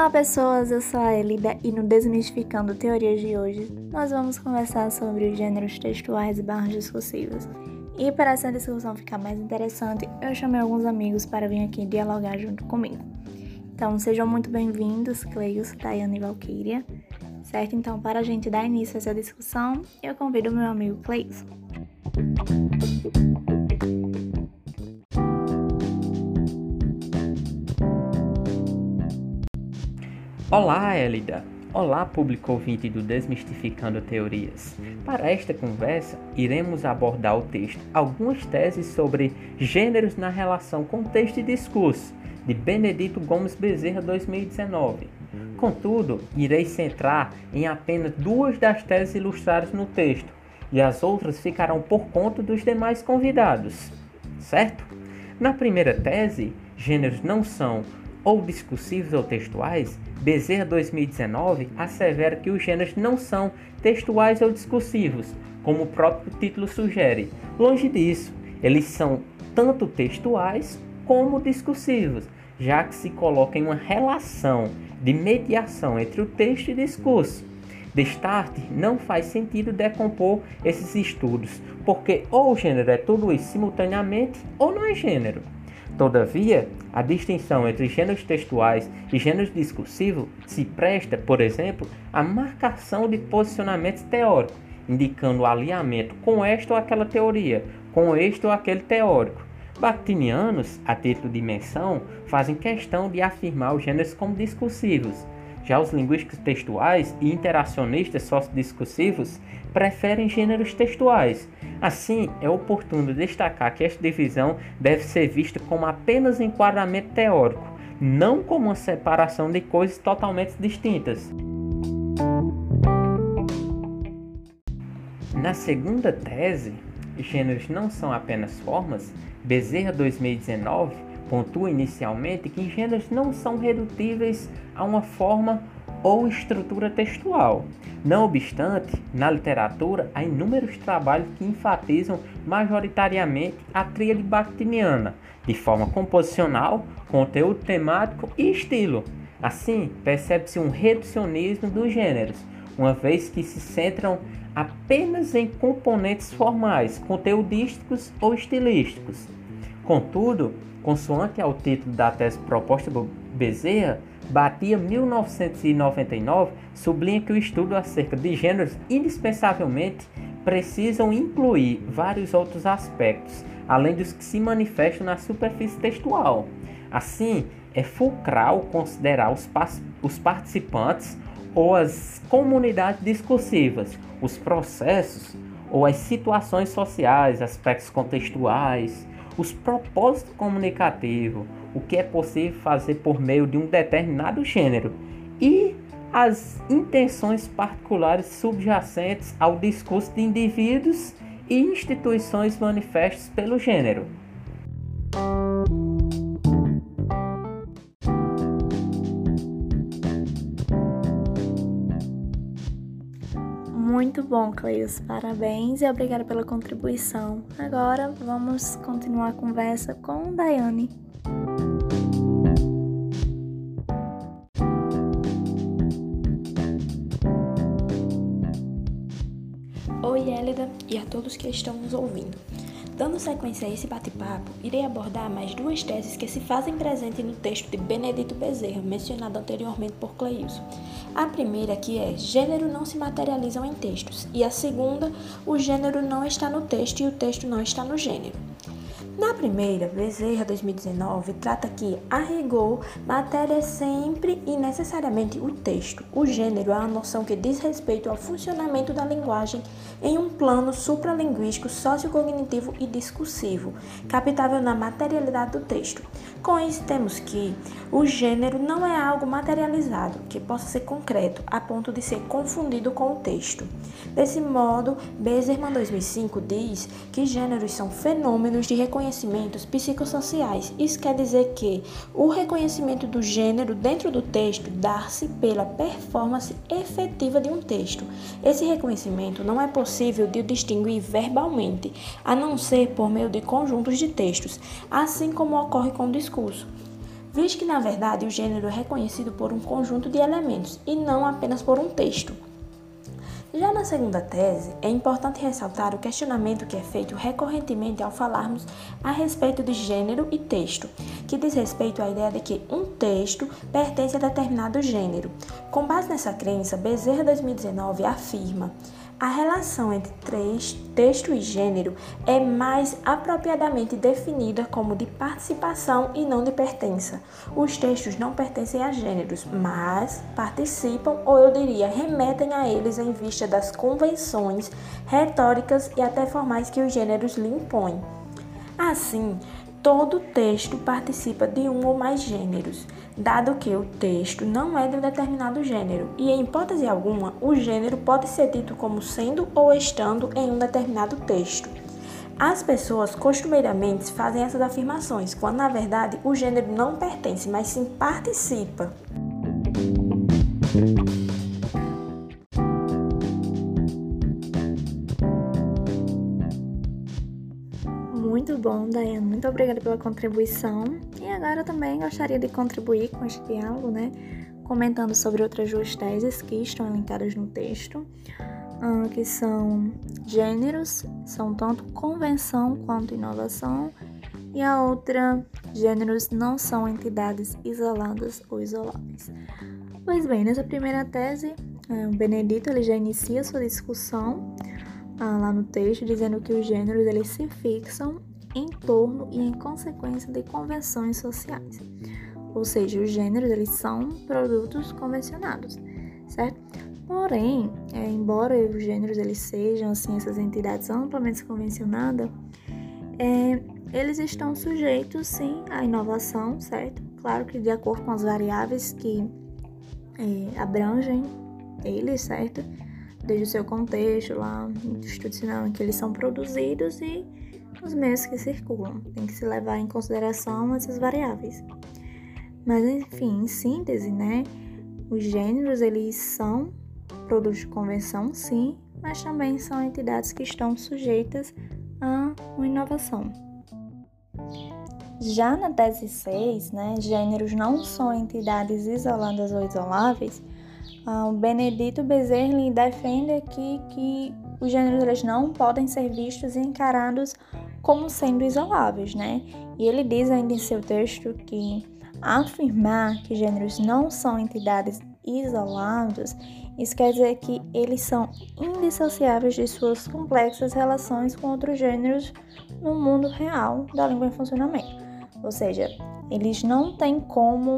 Olá pessoas, eu sou a Elida e no Desmistificando Teorias de hoje nós vamos conversar sobre os gêneros textuais e discursivos. E para essa discussão ficar mais interessante, eu chamei alguns amigos para vir aqui dialogar junto comigo. Então sejam muito bem-vindos, Cleilson, Daiane e Valquíria, certo? Então para a gente dar início a essa discussão, eu convido o meu amigo Cleilson. Olá, Elida! Olá, público ouvinte do Desmistificando Teorias. Para esta conversa, iremos abordar o texto Algumas Teses sobre Gêneros na Relação Contexto e Discurso, de Benedito Gomes Bezerra, 2019. Contudo, irei centrar em apenas duas das teses ilustradas no texto, e as outras ficarão por conta dos demais convidados, certo? Na primeira tese, gêneros não são ou discursivos ou textuais, Bezerra 2019 assevera que os gêneros não são textuais ou discursivos, como o próprio título sugere. Longe disso, eles são tanto textuais como discursivos, já que se coloca em uma relação de mediação entre o texto e discurso. Destarte, não faz sentido decompor esses estudos, porque ou o gênero é tudo isso simultaneamente ou não é gênero. Todavia, a distinção entre gêneros textuais e gêneros discursivos se presta, por exemplo, à marcação de posicionamentos teóricos, indicando o alinhamento com esta ou aquela teoria, com este ou aquele teórico. Bakhtinianos, a título de menção, fazem questão de afirmar os gêneros como discursivos. Já os linguísticos textuais e interacionistas sociodiscursivos preferem gêneros textuais. Assim, é oportuno destacar que esta divisão deve ser vista como apenas enquadramento teórico, não como uma separação de coisas totalmente distintas. Na segunda tese, gêneros não são apenas formas, Bezerra 2019 pontua inicialmente que gêneros não são redutíveis a uma forma ou estrutura textual. Não obstante, na literatura há inúmeros trabalhos que enfatizam majoritariamente a tríade bakhtiniana, de forma composicional, conteúdo temático e estilo. Assim, percebe-se um reducionismo dos gêneros, uma vez que se centram apenas em componentes formais, conteudísticos ou estilísticos. Contudo, consoante ao título da tese proposta por Bezerra, Batia 1999 sublinha que o estudo acerca de gêneros indispensavelmente precisam incluir vários outros aspectos, além dos que se manifestam na superfície textual. Assim, é fulcral considerar os participantes ou as comunidades discursivas, os processos ou as situações sociais, aspectos contextuais, os propósitos comunicativos, o que é possível fazer por meio de um determinado gênero e as intenções particulares subjacentes ao discurso de indivíduos e instituições manifestas pelo gênero. Muito bom, Cleilson. Parabéns e obrigada pela contribuição. Agora vamos continuar a conversa com Daiane. Oi, Elida, e a todos que estão nos ouvindo. Dando sequência a esse bate-papo, irei abordar mais duas teses que se fazem presente no texto de Benedito Bezerra, mencionado anteriormente por Cleilson. A primeira, que é gênero não se materializam em textos, e a segunda, o gênero não está no texto e o texto não está no gênero. Na primeira, Bezerra 2019 trata que, a rigor, matéria é sempre e necessariamente o texto. O gênero é a noção que diz respeito ao funcionamento da linguagem em um plano supralinguístico, sociocognitivo e discursivo, captável na materialidade do texto. Com isso, temos que o gênero não é algo materializado, que possa ser concreto, a ponto de ser confundido com o texto. Desse modo, Bezerra 2005 diz que gêneros são fenômenos de reconhecimentos psicossociais. Isso quer dizer que o reconhecimento do gênero dentro do texto dá-se pela performance efetiva de um texto. Esse reconhecimento não é possível de distinguir verbalmente, a não ser por meio de conjuntos de textos, assim como ocorre com o discurso. visto que, na verdade, o gênero é reconhecido por um conjunto de elementos e não apenas por um texto. Já na segunda tese, é importante ressaltar o questionamento que é feito recorrentemente ao falarmos a respeito de gênero e texto, que diz respeito à ideia de que um texto pertence a determinado gênero. Com base nessa crença, Bezerra 2019 afirma: a relação entre texto e gênero é mais apropriadamente definida como de participação e não de pertença. Os textos não pertencem a gêneros, mas participam, ou eu diria, remetem a eles em vista das convenções retóricas e até formais que os gêneros lhe impõem. Assim, todo texto participa de um ou mais gêneros, dado que o texto não é de um determinado gênero, e em hipótese alguma, o gênero pode ser dito como sendo ou estando em um determinado texto. As pessoas costumeiramente fazem essas afirmações, quando na verdade o gênero não pertence, mas sim participa. Muito bom, Daiane. Muito obrigada pela contribuição. E agora eu também gostaria de contribuir com este diálogo, comentando sobre outras duas teses que estão elencadas no texto, que são gêneros, são tanto convenção quanto inovação, e a outra, gêneros não são entidades isoladas ou isoláveis. Pois bem, nessa primeira tese, o Benedito ele já inicia sua discussão lá no texto, dizendo que os gêneros eles se fixam em torno e em consequência de convenções sociais. Ou seja, os gêneros eles são produtos convencionados, certo? Porém, embora os gêneros eles sejam assim, essas entidades amplamente convencionadas, eles estão sujeitos sim à inovação, certo? Claro que de acordo com as variáveis que abrangem eles, certo? Desde o seu contexto lá institucional em que eles são produzidos e os meios que circulam. Tem que se levar em consideração essas variáveis. Mas, enfim, em síntese, os gêneros, eles são produtos de convenção, sim, mas também são entidades que estão sujeitas a uma inovação. Já na tese 6, gêneros não são entidades isoladas ou isoláveis, o Benedito Bezerra defende aqui que os gêneros eles não podem ser vistos e encarados como sendo isoláveis, E ele diz ainda em seu texto que afirmar que gêneros não são entidades isoladas, isso quer dizer que eles são indissociáveis de suas complexas relações com outros gêneros no mundo real da língua em funcionamento. Ou seja, eles não têm como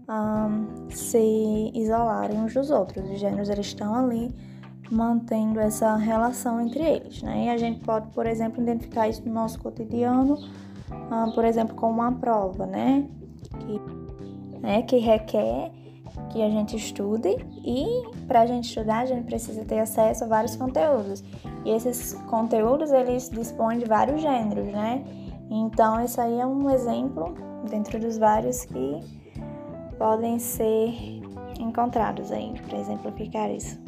se isolarem uns dos outros. Os gêneros eles estão ali mantendo essa relação entre eles, E a gente pode, por exemplo, identificar isso no nosso cotidiano, por exemplo, com uma prova, que requer que a gente estude, e para a gente estudar a gente precisa ter acesso a vários conteúdos, e esses conteúdos eles dispõem de vários gêneros, Então esse aí é um exemplo dentro dos vários que podem ser encontrados aí para exemplificar isso.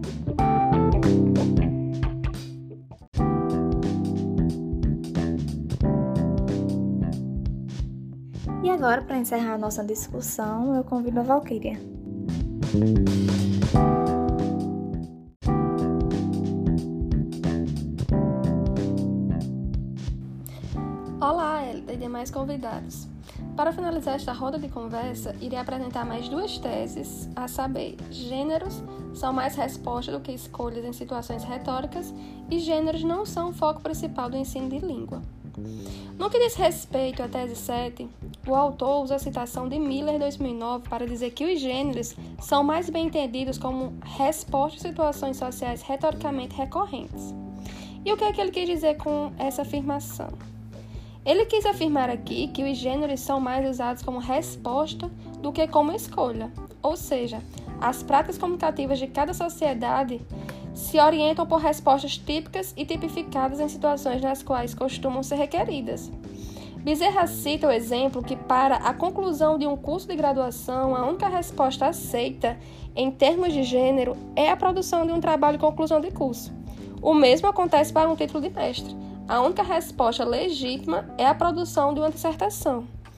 E agora, para encerrar a nossa discussão, eu convido a Valquíria. Olá, Elida e demais convidados. Para finalizar esta roda de conversa, irei apresentar mais duas teses, a saber, gêneros são mais resposta do que escolhas em situações retóricas e gêneros não são o foco principal do ensino de língua. No que diz respeito à tese 7, o autor usa a citação de Miller, 2009, para dizer que os gêneros são mais bem entendidos como resposta a situações sociais retoricamente recorrentes. E o que é que ele quis dizer com essa afirmação? Ele quis afirmar aqui que os gêneros são mais usados como resposta do que como escolha, ou seja, as práticas comunicativas de cada sociedade se orientam por respostas típicas e tipificadas em situações nas quais costumam ser requeridas. Bezerra cita o exemplo que, para a conclusão de um curso de graduação, a única resposta aceita, em termos de gênero, é a produção de um trabalho de conclusão de curso. O mesmo acontece para um título de mestre. A única resposta legítima é a produção de uma dissertação.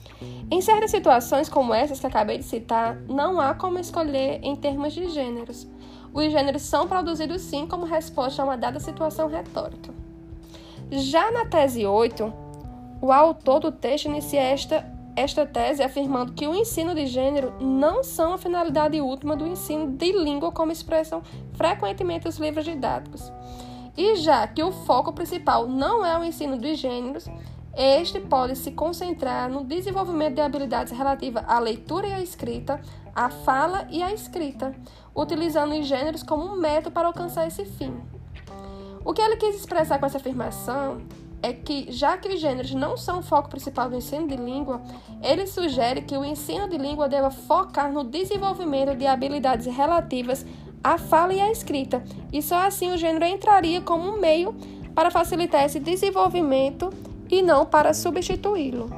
Em certas situações como essas que acabei de citar, não há como escolher em termos de gêneros. Os gêneros são produzidos sim como resposta a uma dada situação retórica. Já na tese 8, o autor do texto inicia esta tese afirmando que o ensino de gênero não são a finalidade última do ensino de língua, como expressam frequentemente os livros didáticos. E já que o foco principal não é o ensino de gêneros, este pode se concentrar no desenvolvimento de habilidades relativas à leitura e à escrita, à fala e à escrita, utilizando os gêneros como um método para alcançar esse fim. O que ele quis expressar com essa afirmação é que, já que os gêneros não são o foco principal do ensino de língua, ele sugere que o ensino de língua deva focar no desenvolvimento de habilidades relativas à fala e à escrita, e só assim o gênero entraria como um meio para facilitar esse desenvolvimento e não para substituí-lo.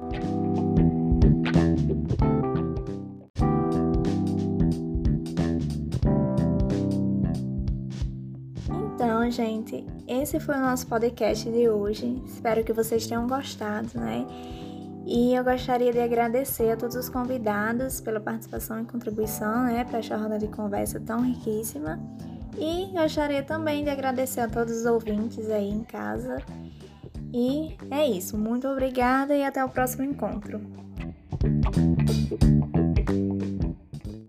Então, gente, esse foi o nosso podcast de hoje. Espero que vocês tenham gostado, né? E eu gostaria de agradecer a todos os convidados pela participação e contribuição, né, para esta roda de conversa tão riquíssima. E gostaria também de agradecer a todos os ouvintes aí em casa. E é isso. Muito obrigada e até o próximo encontro.